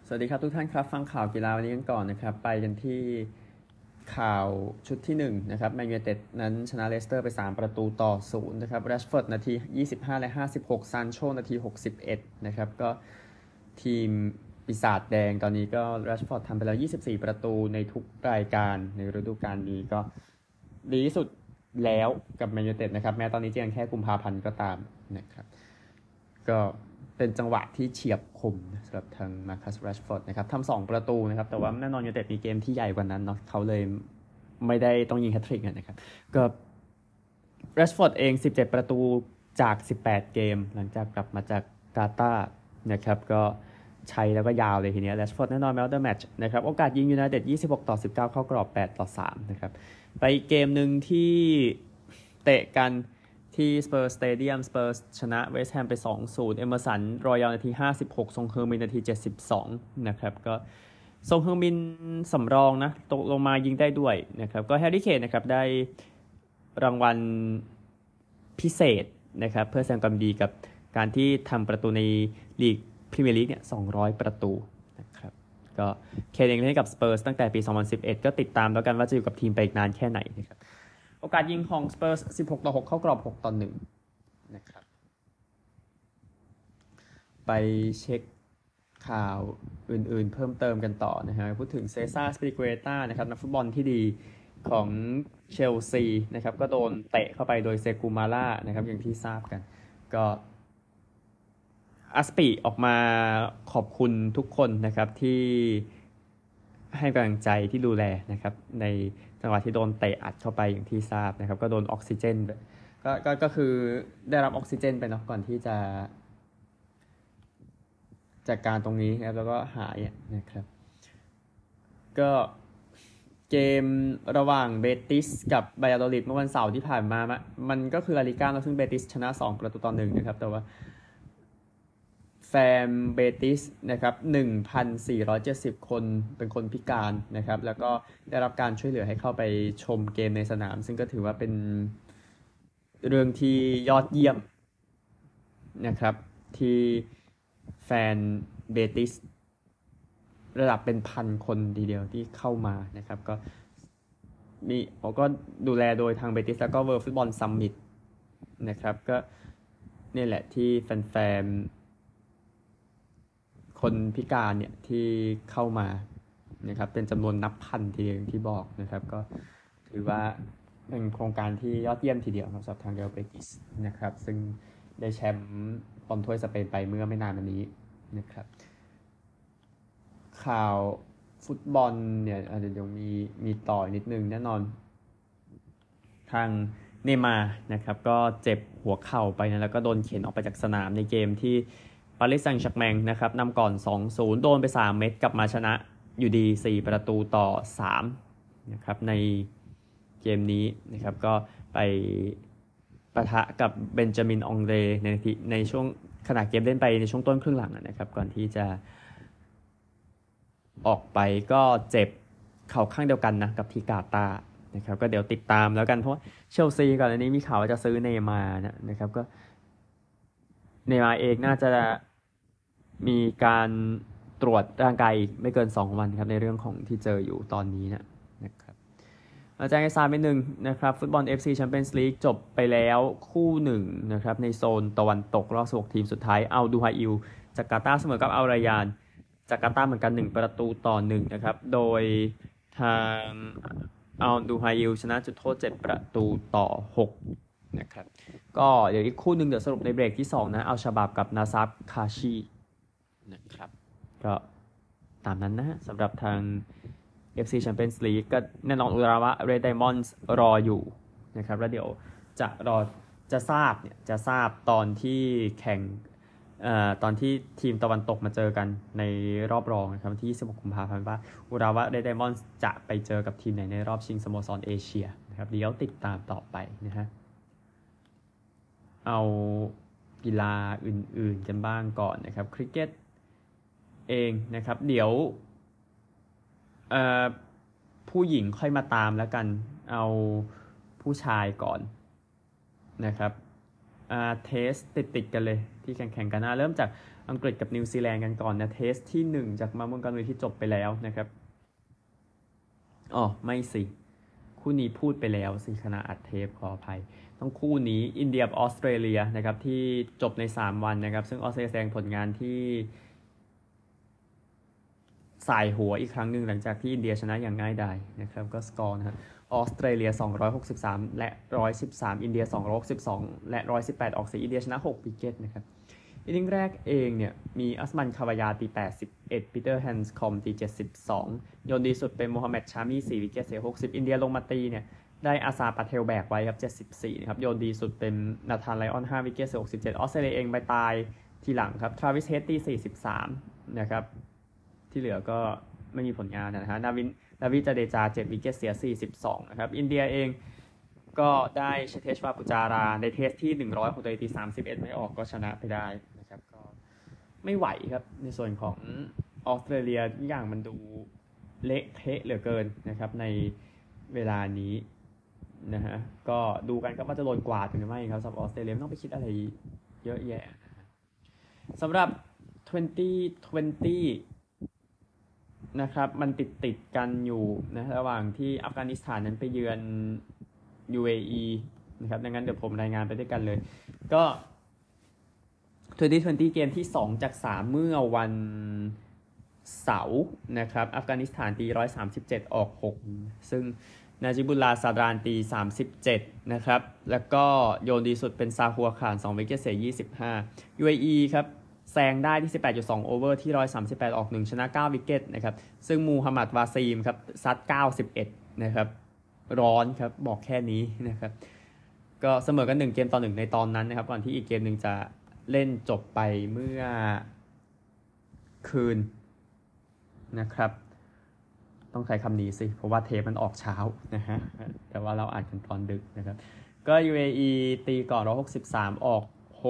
สวัสดีครับทุกท่านครับฟังข่าวกีฬาวันนี้กันก่อนนะครับไปกันที่ข่าวชุดที่1นะครับแมนยูไนเต็ดนั้นชนะเลสเตอร์ไป3-0นะครับแรชฟอร์ดนาที25และ56ซานโชนาที61นะครับก็ทีมปีศาจแดงตอนนี้ก็แรชฟอร์ดทำไปแล้ว24ประตูในทุกรายการในฤดูกาลนี้ก็ดีที่สุดแล้วกับแมนยูไนเต็ดนะครับแม้ตอนนี้จะยังแค่กุมภาพันธ์ก็ตามนะครับก็เป็นจังหวะที่เฉียบคมสำหรับทางมาร์คัส แรชฟอร์ดนะครับทำ2ประตูนะครับแต่ว่าแน่นอนยูไนเต็ดมีเกมที่ใหญ่กว่านั้นเนาะเขาเลยไม่ได้ต้องยิงแฮตทริกนะครับก็แรชฟอร์ดเอง17ประตูจาก18เกมหลังจากกลับมาจากกาตาร์นะครับก็ใช้แล้วก็ยาวเลยทีนี้แรชฟอร์ดแน่นอนแมตช์เดอะแมตช์นะครับโอกาสยิงยูไนเต็ด26-19เข้ากรอบ8-3นะครับไปเกมหนึ่งที่เตะกันที่สเปอร์สเตเดียมสเปอร์ชนะเวสต์แฮมไป 2-0 เอเมอร์สันรอยัลนาที56ซงเฮอร์มินนาที72นะครับก็ซงเฮอร์มินสำรองนะตกลงมายิงได้ด้วยนะครับก็แฮร์รี่เคนนะครับได้รางวัลพิเศษนะครับเพื่อแสดงความดีกับการที่ทำประตูในลีกพรีเมียร์ลีกเนี่ย200ประตูนะครับก็เคนเองเล่นกับสเปอร์สตั้งแต่ปี2011ก็ติดตามแล้วกันว่าจะอยู่กับทีมไปอีกนานแค่ไหนนะครับโอกาสยิงของสเปอร์16-6เข้ากรอบ6-1นะครับไปเช็คข่าวอื่นๆเพิ่มเติมกันต่อนะฮะพูดถึงเซซ่าสปิริกุเอต้านะครับนักฟุตบอลที่ดีของเชลซีนะครับก็โดนเตะเข้าไปโดยเซกูมาล่านะครับอย่างที่ทราบกันก็อัสปีออกมาขอบคุณทุกคนนะครับที่ให้กำลังใจที่ดูแลนะครับในจังหวะที่โดนเตะอัดเข้าไปอย่างที่ทราบนะครับก็โดนออกซิเจนก็คือได้รับออกซิเจนไปเนาะก่อนที่จะจากการตรงนี้นะครับแล้วก็หายนะครับก็เกมระหว่างเบติสกับไบอาโดลิดเมื่อวันเสาร์ที่ผ่านมามันก็คือลาลิก้าแล้วซึ่งเบติสชนะ2-1นะครับแต่ว่าแฟนเบติสนะครับ 1,470 คนเป็นคนพิการนะครับแล้วก็ได้รับการช่วยเหลือให้เข้าไปชมเกมในสนามซึ่งก็ถือว่าเป็นเรื่องที่ยอดเยี่ยมนะครับที่แฟนเบติสระดับเป็นพันคนทีเดียวที่เข้ามานะครับก็ก็ดูแลโดยทางเบติสแล้วก็เวิลด์ฟุตบอลซัมมิตนะครับก็นี่แหละที่แฟนคนพิการเนี่ยที่เข้ามานะครับเป็นจำนวนนับพันทีเดียวที่บอกนะครับก็ถือว่าเป็นโครงการที่ยอดเยี่ยมทีเดียวสำหรับทางเรอัลเบติสนะครับซึ่งได้แชมป์บอลถ้วยสเปนไปเมื่อไม่นานมานี้นะครับข่าวฟุตบอลเนี่ยอาจจะยังมีต่อนิดนึงแน่นอนทางเนย์มาร์นะครับก็เจ็บหัวเข่าไปนะแล้วก็โดนเข็นออกไปจากสนามในเกมที่ปารีสแซงต์แชร์กแมงนะครับนำก่อน 2-0 โดนไป3เม็ดกลับมาชนะอยู่ดี4-3นะครับในเกมนี้นะครับก็ไปปะทะกับเบนจามิน องเรในช่วงขณะเกมเล่นไปในช่วงต้นครึ่งหลังนะครับก่อนที่จะออกไปก็เจ็บเข่าข้างเดียวกันนะกับที่กาตาร์นะครับก็เดี๋ยวติดตามแล้วกันเพราะเชลซีก่อนอันนี้มีข่าวว่าจะซื้อเนย์มาร์นะครับก็เนย์มาร์เองน่าจะมีการตรวจร่างกายไม่เกิน2วันครับในเรื่องของที่เจออยู่ตอนนี้นะครับอาจารย์ไอซาเป็นหนึ่งนะครับฟุตบอล FC Champions League จบไปแล้วคู่หนึ่งนะครับในโซนตะวันตกรอบ16ทีมสุดท้ายอัลดูฮาอิลจากกาตาร์เสมอกับอัลรายานจากกาตาร์เหมือนกัน1-1นะครับโดยทางอัลดูฮาอิลชนะจุดโทษ7-6นะครับก็เดี๋ยวอีกคู่หนึ่งเดี๋ยวสรุปในเบรกที่2นะอัลชาบับกับนาซับคาชีนะครับก็ตามนั้นนะสำหรับทาง FC Champions League ก็แน่นอนอุระวะ Red Diamonds รออยู่นะครับแล้วเดี๋ยวจะทราบตอนที่แข่งตอนที่ทีมตะวันตกมาเจอกันในรอบรองนะครับที่26กุมภาพันธ์ว่าอุระวะ Red Diamonds จะไปเจอกับทีมไหนในรอบชิงสโมสรเอเชียนะครับเดี๋ยวติดตามต่อไปนะฮะเอากีฬาอื่นๆกันบ้างก่อนนะครับคริกเก็ตเองนะครับเดี๋ยวผู้หญิงค่อยมาตามแล้วกันเอาผู้ชายก่อนนะครับเทสติดกันเลยที่แข่งกันนะเริ่มจากอังกฤษกับนิวซีแลนด์กันก่อนนะเทสที่1จากมาเมื่อกันที่จบไปแล้วนะครับอ๋อไม่สิคู่นี้พูดไปแล้วสิขณะอัดเทปขออภัยต้องคู่นี้อินเดียกับออสเตรเลียนะครับที่จบใน3วันนะครับซึ่งออสเตรเลียแสดงผลงานที่สายหัวอีกครั้งหนึ่งหลังจากที่อินเดียชนะอย่างง่ายดายนะครับก็สกอร์นะครับออสเตรเลีย263และ113อินเดีย262และ118ออกเสียอินเดียชนะ6วิกเก็ตนะครับอินนิ่งแรกเองเนี่ยมีอัสมันคาวายาตี81ปีเตอร์แฮนส์คอมตี72โยนดีสุดเป็นโมฮัมเหม็ดชามี4วิกเก็ตเสีย60อินเดียลงมาตีเนี่ยได้อาซาปาเทลแบกไว้ครับ74นะครับโยนดีสุดเป็นนาธานไลออน5วิกเก็ตเสีย67ออสเตรเลียเองไปตายทีหลังครับทราวิสเฮดตี43นะครับที่เหลือก็ไม่มีผลงานนะฮะนาวิจาเดจา7วิกเก็ตเสีย42นะครับอินเดียเองก็ได้เชเทชวาปุจาราในเทสที่100ของตัวเองตี31ไม่ออกก็ชนะไปได้นะครับก็ไม่ไหวครับในส่วนของออสเตรเลียทุกอย่างมันดูเละเทะเหลือเกินนะครับในเวลานี้นะฮะก็ดูกันก็ว่าจะโดนกวาดหรือไม่ครับสำหรับออสเตรเลียไม่ต้องไปคิดอะไรเยอะแยะสำหรับ2020นะครับมันติดกันอยู่นะระหว่างที่อัฟกานิสถานนั้นไปเยือน UAE นะครับดังนั้นเดี๋ยวผมรายงานไปด้วยกันเลยก็2020เกมที่2จาก3เมื่อวันเสาร์นะครับอัฟกานิสถานตี137ออก6ซึ่งนาจิบุลลาซาดรานตี37นะครับแล้วก็โยนดีสุดเป็นซาฮัวข่าน2วิกเก็ตเสีย25 UAE ครับแซงได้ที่ 18.2 โอเวอร์ที่138ออก1ชนะ9วิกเก็ตนะครับซึ่งมูฮัมหมัดวาซีมครับซัด91นะครับร้อนครับบอกแค่นี้นะครับก็เสมอกัน1เกมต่อ1ในตอนนั้นนะครับก่อนที่อีกเกมหนึ่งจะเล่นจบไปเมื่อคืนนะครับต้องใช้คำนี้สิเพราะว่าเทปมันออกเช้านะฮะแต่ว่าเราอ่านกันตอนดึกนะครับก็ UAE ตีก่อน163ออก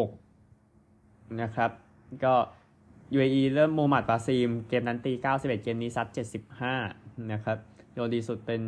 6นะครับก็ UAE เริ่มมูฮัมหมัดวาซีมเกมนั้นตี91เกมนี้ซัด75นะครับโยนดีสุดเป็น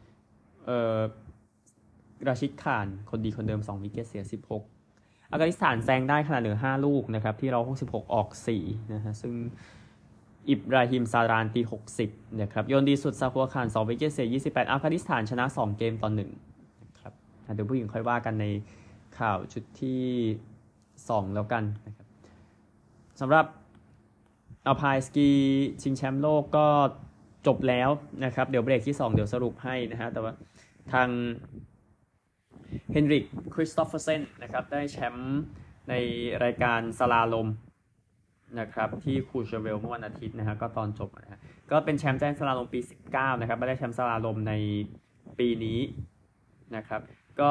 ราชิดข่านคนดีคนเดิม2วิกเก็ตเสีย16อัฟกานิสถานแซงได้ขนาดเหลือ5ลูกนะครับที่166ออก4นะฮะซึ่งอิบราฮิมซาดรานตี60นะครับโยนดีสุดซาฮัวข่าน2วิกเก็ตเสีย28อัฟกานิสถานชนะ2เกมต่อ1นะครับเดี๋ยวผู้หญิงค่อยว่ากันในข่าวชุดที่2แล้วกันนะครับสำหรับอัลไพน์สกีชิงแชมป์โลกก็จบแล้วนะครับเดี๋ยวเบรกที่2เดี๋ยวสรุปให้นะฮะแต่ว่าทางเฮนริกคริสโตเฟอร์เซนนะครับได้แชมป์ในรายการสลาลมนะครับที่คูเชเวลเมื่อวันอาทิตย์นะฮะก็ตอนจบนะฮะก็เป็นแชมป์แจ้งสลาลมปี19นะครับไม่ได้แชมป์สลาลมในปีนี้นะครับก็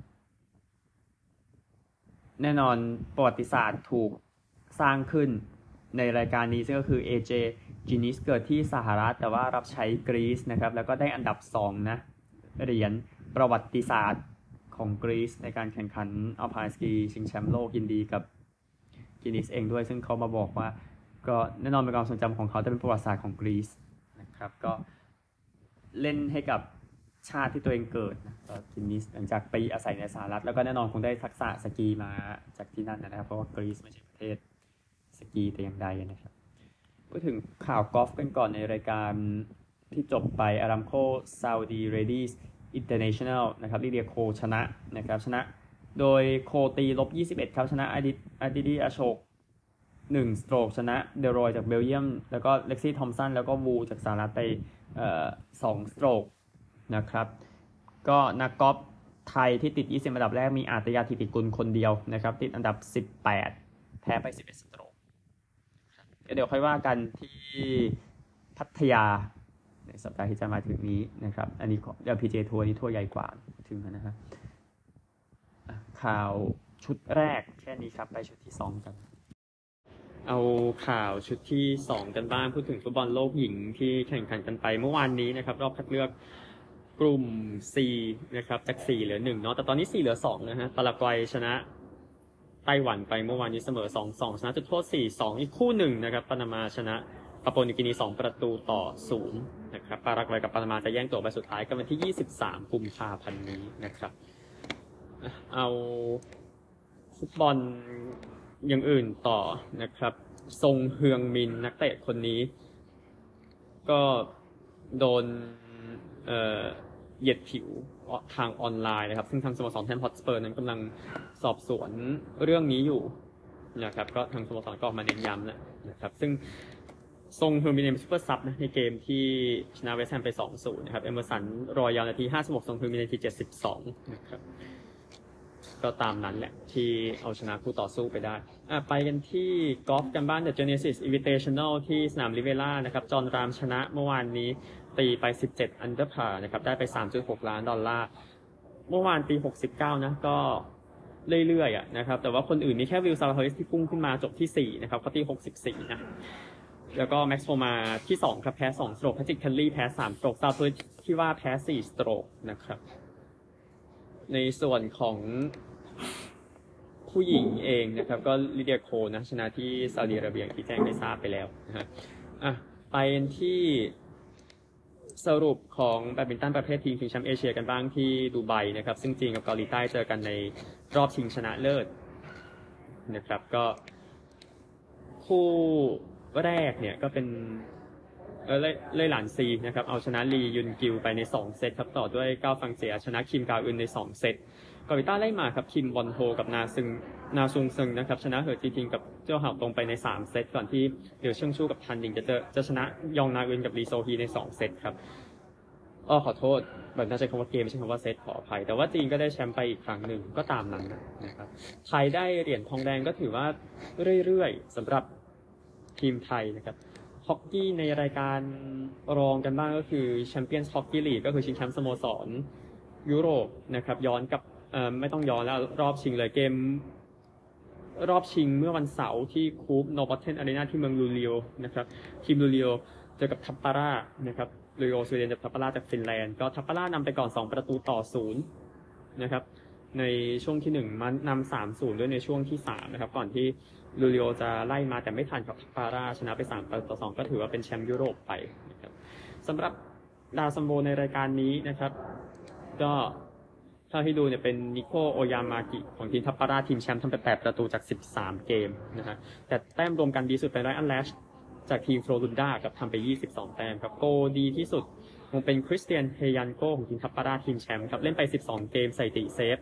แน่นอนประวัติศาสตร์ถูกสร้างขึ้นในรายการนี้ซึ่งก็คือ AJ จินิสเกิดที่สหรัฐแต่ว่ารับใช้กรีซนะครับแล้วก็ได้อันดับ2นะเหรียญประวัติศาสตร์ของกรีซในการแข่งขันอัลไพน์สกีชิงแชมป์โลกยินดีกับจินิสเองด้วยซึ่งเขามาบอกว่าก็แน่นอนเป็นความทรงจำของเขาจะเป็นประวัติศาสตร์ของกรีซนะครับก็เล่นให้กับชาติที่ตัวเองเกิดนะก็จินิสหลังจากไปอาศัยในสหรัฐแล้วก็แน่นอนคงได้ทักษะสกีมาจากที่นั่นนะครับเพราะว่ากรีซไม่ใช่ประเทศสกีแต่อย่างใดนะครับพูดถึงข่าวกอล์ฟกันก่อนในรายการที่จบไปอารามโคซาอุดีเรดี้อินเตอร์เนชั่นแนลนะครับลิเดียโคชนะนะครับชนะโดยโคตี-21ครับชนะอาดิดีอาโชก1สโตรกชนะเดรอยจากเบลเยียมแล้วก็เล็กซี่ทอมสันแล้วก็วูจากสหรัฐไป2สโตรกนะครับก็นักกอล์ฟไทยที่ติด20อันดับแรกมีอาตยาธิติกุลคนเดียวนะครับติดอันดับ18แพ้ไป11สโตรกเดี๋ยวค่อยว่ากันที่พัทยาในสัปดาห์ที่จะมาถึงนี้นะครับอันนี้PGA ทัวร์นี้ทัวร์ใหญ่กว่าถึงนะครับข่าวชุดแรกแค่นี้ครับไปชุดที่2กันเอาข่าวชุดที่2กันบ้างพูดถึงฟุตบอลโลกหญิงที่แข่งขันกันไปเมื่อวานนี้นะครับรอบคัดเลือกกลุ่ม C นะครับจาก4เหลือ1เนาะแต่ตอนนี้4เหลือ2นะฮะปารากวัยชนะไต้หวันไปเมื่อวานนี้เสมอ 2-2 ชนะจุดโทษ 4-2 อีกคู่หนึ่งนะครับปานามาชนะปาปัวนิวกินี2ประตูต่อ0นะครับปารากวัยกับปานามาจะแย่งตัวไปสุดท้ายกันวันที่23กุมภาพันธ์นี้นะครับเอาฟุตบอลอย่างอื่นต่อนะครับซงเฮืองมินนักเตะคนนี้ก็โดนเหยียดผิวทางออนไลน์นะครับซึ่งทางสโมสรแทนฮอตสเปอร์นั้นกำลังสอบสวนเรื่องนี้อยู่นะครับก็ทางสโมสรก็ออกมาเน้นย้ำแล้วนะครับซึ่งซงเฮืองมินเป็นซูเปอร์ซับนะในเกมที่ชนะเวสต์แฮมไป 2-0 นะครับเอเมอร์สันรอยาวนาที 56 ซงเฮืองมินนาที 72 นะครับก็ตามนั้นแหละที่เอาชนะคู่ต่อสู้ไปได้ไปกันที่กอล์ฟกันบ้าน The Genesis Invitational ที่สนามริเวล่านะครับจอห์นรามชนะเมื่อวานนี้ตีไป17อันเดอร์พาร์นะครับได้ไป 3.6 ล้านดอลลาร์เมื่อวานตี69นะก็เรื่อยๆนะครับแต่ว่าคนอื่นมีแค่วิลซาลาเฮสที่พุ่งขึ้นมาจบที่4นะครับเขาตี64นะแล้วก็แม็กซ์โฟมาที่2ครับแพ้2สโตรกแพทริกเคลลี่แพ้3สโตรกซาทูที่ว่าแพ้4สโตรกนะครับในส่วนของผู้หญิงเองนะครับก็ลิเดียโคนะชนะที่ซาอุดิอาระเบียที่แจ้งให้ทราบไปแล้วนะฮะไปที่สรุปของแบดมินตันประเภททีมชิงแชมป์เอเชียกันบ้างที่ดูไบนะครับซึ่งจีนกับเกาหลีใต้เจอกันในรอบชิงชนะเลิศนะครับก็คู่แรกเนี่ยก็เป็นเล่หลานซีนะครับเอาชนะลียุนกิวไปใน2เซตครับต่อด้วยก้าวฟังเจียชนะคิมกาอึนใน2เซตเกาหลีใต้ไล่มาครับคิมวอนโฮกับนาซุงซึงนะครับชนะเหอจีทิงกับเจ้าห่าวตรงไปใน3เซตก่อนที่เดี๋ยวเชิงชู่กับทันดิงจะชนะยองนาอึนกับลีโซฮีใน2เซตครับขอโทษแบบน่าใช้คำว่าเกมไม่ใช่คำว่าเซตขออภัยแต่ว่าจีนก็ได้แชมป์ไปอีกครั้งหนึ่งก็ตามนั้นนะครับไทยได้เหรียญทองแดงก็ถือว่าเรื่อยๆสำหรับทีมไทยนะครับฮอกกี้ในรายการรองกันบ้างก็คือแชมเปี้ยนส์ฮอกกี้ลีกก็คือชิงแชมป์สโมสรยุโรปนะครับย้อนกับไม่ต้องย้อนแล้วรอบชิงเลยเกมรอบชิงเมื่อวันเสาร์ที่คูปโนบอตเทนอารีนาที่เมืองลูเลียวนะครับทีมลูเลียวเจอกับทัปปาร่านะครับลูเลียวสวีเดนกับทัปปาร่าจากฟินแลนด์ก็ทัปปาร่านำไปก่อน2-0นะครับในช่วงที่1มันนำ 3-0 ด้วยในช่วงที่3นะครับก่อนที่ลูเลียวจะไล่มาแต่ไม่ทันกับทัปปาร่าชนะไป3-2ก็ถือว่าเป็นแชมป์ยุโรปไปนะครับสำหรับดาวซัมโบในรายการนี้นะครับก็ถ้าให้ดูเนี่ยเป็นนิโคโอยามากิของทีมทัปปาร่าทีมแชมป์ทำไป8ประตูจาก13เกมนะฮะแต่แต้มรวมกันดีสุดเป็นไรอันแลชจากทีมโฟลุนดากับทำไป22แต้มครับโกดีที่สุดคงเป็นคริสเตียนเฮยันโกของทีมทัปปาร่าทีมแชมป์ครับเล่นไป12เกมสถิติเซฟ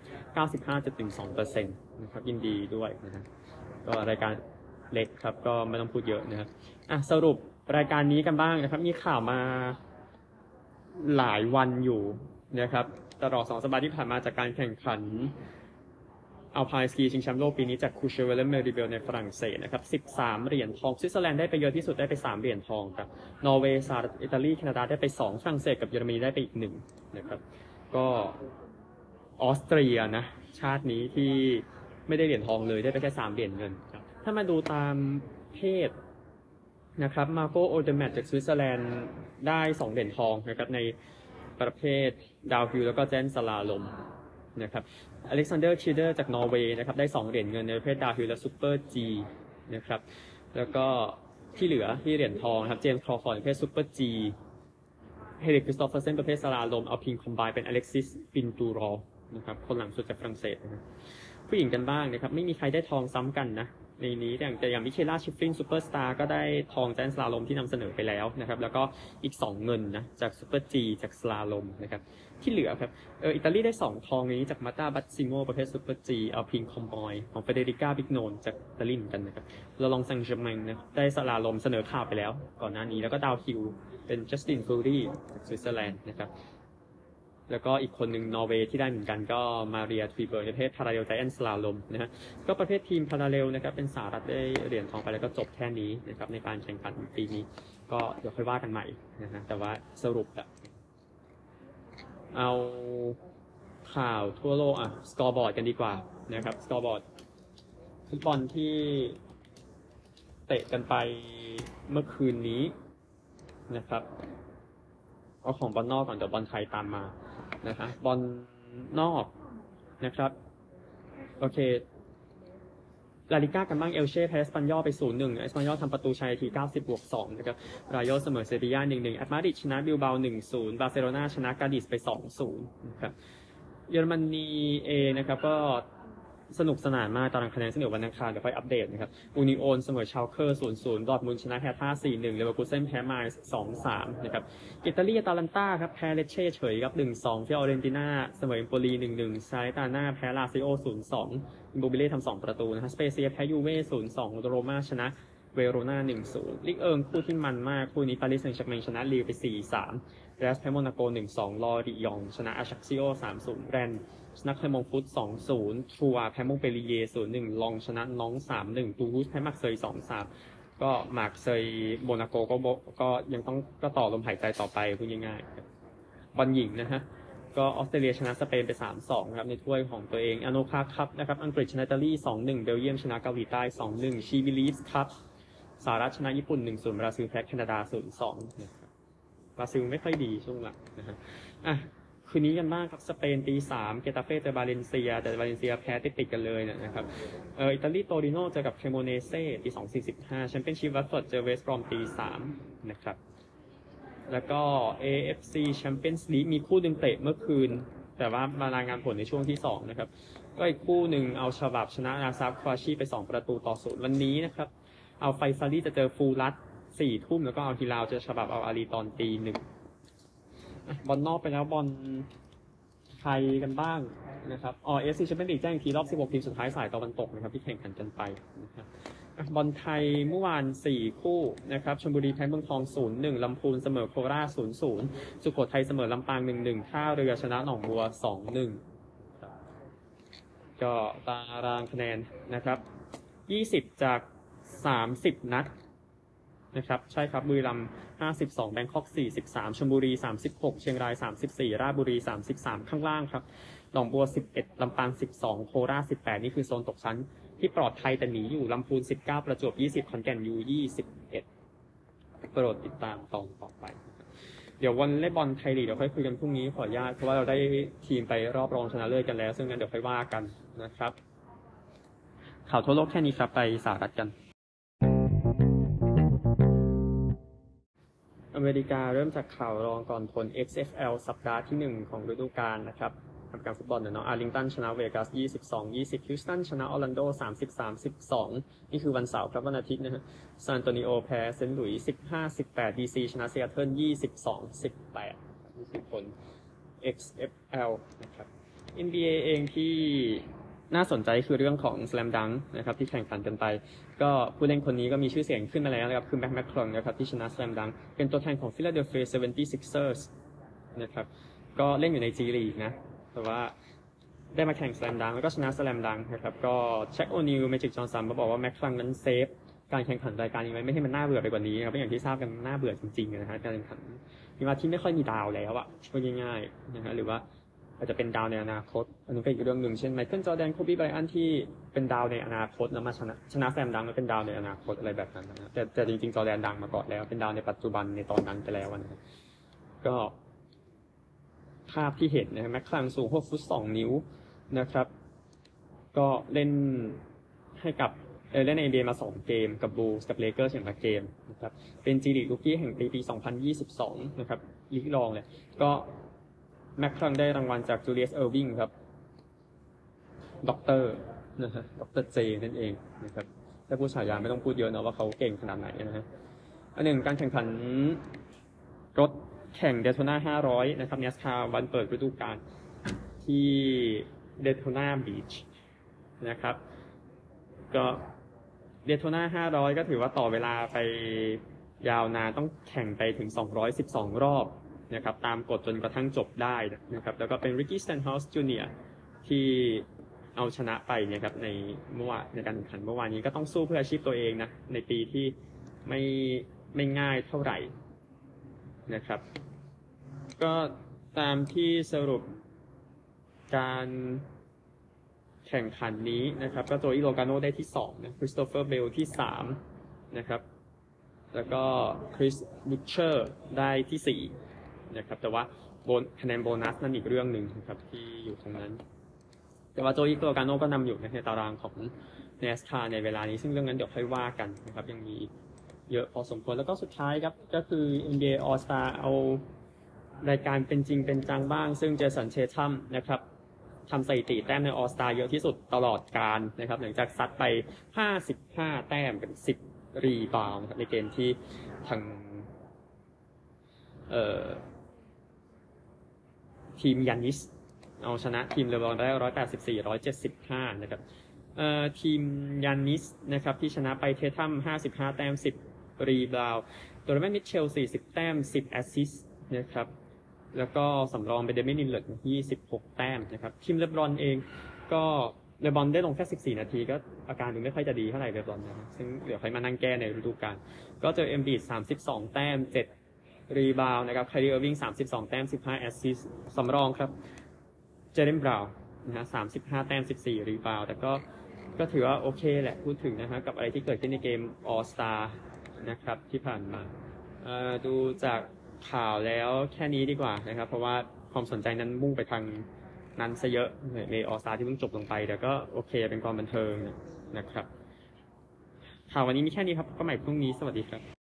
95.12% นะครับยินดีด้วยนะฮะก็รายการเล็กครับก็ไม่ต้องพูดเยอะนะครับสรุปรายการนี้กันบ้างนะครับมีข่าวมาหลายวันอยู่นะครับตลอด2 สัปดาห์ที่ผ่านมาจากการแข่งขันอัลไพน์สกีชิงแชมป์โลกปีนี้จากคูเชเวลเมริเบลในฝรั่งเศสนะครับ13เหรียญทองสวิตเซอร์แลนด์ได้ไปเยอะที่สุดได้ไป3เหรียญทองครับนอร์เวย์สหรัฐอิตาลีแคนาดาได้ไป2ฝรั่งเศสกับเยอรมนีได้ไปอีก1นะครับก็ออสเตรียนะชาตินี้ที่ไม่ได้เหรียญทองเลยได้ไปแค่3เหรียญเงินครับถ้ามาดูตามเพศนะครับมาโกโอเดแมตจากสวิตเซอร์แลนด์ได้2เหรียญทองนะครับในประเภทดาวฮิลแล้วก็แจนสลาลมนะครับอเล็กซานเดอร์ชิเดอร์จากนอร์เวย์นะครับได้2เหรียญเงินในประเภทดาวฮิลและซูเปอร์จีนะครับแล้วก็ที่เหลือที่เหรียญทองครับเจมส์คลอฟอร์ดประเภทซูเปอร์จีเฮริกคริสโตเฟอร์เซนประเภทสลาลมเอาพิงคอมไบเป็นอเล็กซิสปินตูรอนะครับคนหลังสุดจากฝรั่งเศสนะครับผู้หญิงกันบ้างนะครับไม่มีใครได้ทองซ้ำกันนะในนี้แต่อย่างมิเคล่าชิฟฟินซูเปอร์สตาร์ก็ได้ทองแจนสลาลมที่นำเสนอไปแล้วนะครับแล้วก็อีก2เงินนะจากซูเปอร์จีจากสลาลมนะครับที่เหลือครับอิตาลีได้2ทองนี้จากมาตาบัตซิโมประเภทซูเปอร์จีเอาพิงคอมบอยของเฟเดริก้าบิกโนนจากอิตาลีกันนะครับแล้วลองซังเจอร์แมงนะได้สลาลมเสนอข่าวไปแล้วก่อนหน้านี้แล้วก็ดาวฮิลเป็นจัสตินฟูรี่จากสวิตเซอร์แลนด์นะครับแล้วก็อีกคนหนึ่งนอร์เวย์ที่ได้เหมือนกันก็มาเรียทวีเบิร์ประเภทพาราเรลไจแอนท์สลาลมนะฮะก็ประเภททีมพาราเรลนะครับเป็นสหรัฐได้เหรียญทองไปแล้วก็จบแค่นี้นะครับในการแข่งขันปีนี้ก็เดี๋ยวค่อยว่ากันใหม่นะฮะแต่ว่าสรุปเอาข่าวทั่วโลกสกอร์บอร์ดกันดีกว่านะครับสกอร์บอร์ดฟุตบอลที่เตะกันไปเมื่อคืนนี้นะครับเอาของบอลนอกก่อนเดี๋ยวบอลไทยตามมานะคะบอลนอกนะครับโอเคลาลิก้ากันบ้างเอลเช่แพ้สปันยอลไป 0-1 เอสปันยอลทำประตูชัยนาที 90+2 นะครับรายโยเสมอเซบีย่า 1-1 แอตมาดริดชนะบิลเบา 1-0 บาร์เซโลนาชนะกาดิสไป 2-0 นะครับเยอรมนีเองนะครับก็สนุกสนานมากตารางคะแนนซึ่งเดี๋ยววันอังคารเดี๋ยวค่อยอัปเดตนะครับอูนิโอนเสมอชาลเคอร์ 0-0 ดอร์ทมุนด์ชนะแฮท่า 4-1 เลเวอร์คูเซ่นแพ้ไมล์ 2-3 นะครับอิตาลีอาตาลันตาครับแพ้เลเช่เฉยครับ 1-2 ฟิออเรนติน่าเสมออิมโปลี 1-1 ซาเลตาน่าแพ้ลาซิโอ 0-2 อิมโมบิเล่ทำ2ประตูนะครับสเปเซียแพ้ยูเว่ 0-2 โรม่าชนะเวโรนา 1-0 ลิกเอิงคู่ที่มันมากคู่นี้ปารีสแซงต์แชร์กเมงชนะลีลไป 4-3 แรสแพ้โมนาโก 1-2 ลอริยองชนะอาชักซิโอ 3-0 แรนชนะเคลมงฟุต 2-0 ทัวร์แพ้มงเปรีเย 0-1 ลองชนะน้อง 3-1 ตูฮูสแพ้มักเซย 2-3 ก็มาร์เซยโมนาโกก็ยังต้องก็ต่อลมหายใจต่อไปพูดง่ายๆบอลหญิงนะฮะก็ออสเตรเลียชนะสเปนไป 3-2 ครับในถ้วยของตัวเองอโนคาคัพนะครับอังกฤษชนะอิตาลี 2-1 เบลเยียมชนะเกาหลีใต้ 2-1 ชีบิลีฟส์ครับสหรัฐชนะญี่ปุ่น 1-0 บราซิลแพ้แคนาดา 0-2 นะครับบราซิลไม่ค่อยดีช่วงหลังนะฮะคืนนี้กันบ้างครับสเปนตี 3เกตาเฟ่เจอบาเลนเซียแต่บาเลนเซียแพ้ติดกันเลยนะครับอิตาลีโตริโนเจอกับเคโมเนเซ่ตี 2:45แชมเปี้ยนชิพวัตฟอร์ดเจอเวสต์บรอมตี 3นะครับแล้วก็ AFC Champions League มีคู่หนึ่งเตะเมื่อคืนแต่ว่ามารายงานผลในช่วงที่2นะครับก็อีกคู่หนึ่งเอาฉบับชนะนาซาฟควาชีไป2-0วันนี้นะครับเอาไฟซารี่จะเจอฟูลัส 4 ทุ่มแล้วก็เอาฮิลาลเจอฉบับเอาอาลีตอนตี 1บอลนอกไปแล้วบอลไทยกันบ้างนะครับAFC Champions League แจ้งอีกทีรอบ16ทีมสุดท้ายสายตะวันตกนะครับที่แข่งขันกันไปนะครับบอลไทยเมื่อวาน4คู่นะครับชลบุรีแพ้เมืองทอง 0-1 ลำพูนเสมอโคราช 0-0 สุโขทัยเสมอลำปาง 1-1 ท่าเรือชนะหนองบัว 2-1 ก็ตารางคะแนนนะครับ20จาก30นัดนะครับใช่ครับบุรีรัมย์52แบงคอก43ชลบุรี36เชียงราย34ราชบุรี33ข้างล่างครับหนองบัว11ลำปาง12โคราช18นี่คือโซนตกชั้นที่ปลอดภัยแต่หนีอยู่ลำพูน19ประจวบ20ขอนแก่นยู21โปรดติดตามตอนต่อไปเดี๋ยววันเล่นบอลไทยลีกเดี๋ยวค่อยคุยกันพรุ่งนี้ขออนุญาตเพราะว่าเราได้ทีมไปรอบรองชนะเลิศกันแล้วซึ่งงั้นเดี๋ยวค่อยว่ากันนะครับข่าวทั่วโลกแค่นี้ครับไปสหรัฐกันอเมริกาเริ่มจากข่าวรองก่อนผล XFL สัปดาห์ที่1ของฤดูกาลนะครับทำการฟุตบอลเนาะอาร์ลิงตันชนะเวกัส 22-20 ฮิวสตันชนะออร์แลนโด 33-12 นี่คือวันเสาร์ครับวันอาทิตย์นะฮะซานโตนิโอแพ้เซนต์หลุยส์ 15-18 DC ชนะซีแอตเทิล 22-18 นี่คือผล XFL นะครับ NBA เองที่น่าสนใจคือเรื่องของ Slam Dunk นะครับที่แข่งขันกันไปก็ผู้เล่นคนนี้ก็มีชื่อเสียงขึ้นมาแล้วนะครับคือแม็กคลองนะครับที่ชนะ Slam Dunk เป็นตัวแทนของ Philadelphia 76ers นะครับก็เล่นอยู่ใน G League นะแต่ว่าได้มาแข่ง Slam Dunk แล้วก็ชนะ Slam Dunk นะครับก็แช็คโอนิล เมจิก จอห์นสันมาบอกว่าแม็กคลองนั้นเซฟการแข่งขันรายการนี้ไม่ให้มันน่าเบื่อไปกว่านี้ครับอย่างที่ทราบกันน่าเบื่อจริงๆนะฮะการแข่งขันมีว่าที่ไม่ค่อยมีดาวแล้วอะพูดง่ายๆนะฮะหรือว่าอาจจะเป็นดาวในอนาคตอันนี้ก็อีกเรื่องหนึ่งเช่นไมเคิลจอร์แดนโคบีไบรอันที่เป็นดาวในอนาคตแล้วมาชนะแซมดังแล้วเป็นดาวในอนาคตอะไรแบบนั้นนะแต่จริงๆจอร์แดนดังมาก่อนแล้วเป็นดาวในปัจจุบันในตอนนั้นไปแล้วนะก็ภาพที่เห็นนะแม็กคลังสูง6 ฟุต 2 นิ้วนะครับก็เล่นให้กับเล่นใน NBA มา2เกมกับบูลส์กับเลเกอร์สอย่างละเกมนะครับเป็นจีลีกลูกี้แห่งปี 2022 นะครับลีกรองเลยก็แม็กคลังได้รางวัลจากจูเลียส เออร์วิงครับด็อกเตอร์นะฮะด็อกเตอร์เจนั่นเองนะครับถ้าผู้ฉายาไม่ต้องพูดเยอะนะว่าเขาเก่งขนาดไหนนะฮะอันหนึ่งการแข่งขันรถแข่งเดโทนา500นะครับเนสคาร์วันเปิดฤดูกาลที่เดโทนาบีชนะครับก็เดโทนา500ก็ถือว่าต่อเวลาไปยาวนานต้องแข่งไปถึง212รอบนะครับตามกฎจนกระทั่งจบได้นะครับแล้วก็เป็นริกกี้สแตนฮาว์สจูเนียร์ที่เอาชนะไปนะครับในการแข่งขันเมื่อวานนี้ก็ต้องสู้เพื่ออาชีพตัวเองนะในปีที่ไม่ง่ายเท่าไหร่นะครับก็ตามที่สรุปการแข่งขันนี้นะครับก็โจอีโลกาโนได้ที่2นะคริสโตเฟอร์เบลที่3นะครับแล้วก็คริสบูชเชอร์ได้ที่4นะครับแต่ว่าคะแนนโบนัสนั่นอีกเรื่องหนึ่งนะครับที่อยู่ตรงนั้นแต่ว่าโจอีโลกาโนก็นำอยู่ในตารางของ NASCAR ในเวลานี้ซึ่งเรื่องนั้นเดี๋ยวค่อยว่ากันนะครับยังมีเยอะพอสมควรแล้วก็สุดท้ายครับก็คือ NBA All Star เอารายการเป็นจริงเป็นจังบ้างซึ่งเจสันเชทัมนะครับทำสถิติแต้มในออสตาเยอะที่สุดตลอดกาลนะครับหลังจากซัดไป55แต้มกับ10รีบาวด์นะครับในเกมที่ทางทีมยานิสเอาชนะทีมเลบรอนได้184-175นะครับทีมยานิสนะครับที่ชนะไปเททัม55แต้ม10รีบาวด์โดเรแมนมิทเชล40แต้ม10แอสซิสต์นะครับแล้วก็สำรองเป็นเดมินิลเลอร์26แต้มนะครับทีมเลบรอนเองก็เลบรอนได้ลงแค่14นาทีก็อาการดูไม่ค่อยจะดีเท่าไหร่เลบรอนนะครับซึ่งเดี๋ยวใครมานั่งแก้ในฤดูกาลก็เจอเอ็มบีด32แต้ม7รีบาวด์นะครับไคลรี่เออร์วิง32แต้ม15แอสซิสต์สำรองครับเจเรนบราวน์นะฮะ35แต้ม14รีบาวด์แต่ก็ถือว่าโอเคแหละพูดถึงนะฮะกับอะไรที่เกิดขึ้นในเกม All Star นะครับที่ผ่านมาดูจากข่าวแล้วแค่นี้ดีกว่านะครับเพราะว่าความสนใจนั้นมุ่งไปทางนั้นซะเยอะใน All Star ที่เพิ่งจบลงไปแต่ก็โอเคเป็นความบันเทิงนะครับข่าววันนี้มีแค่นี้ครับก็ใหม่พรุ่งนี้สวัสดีครับ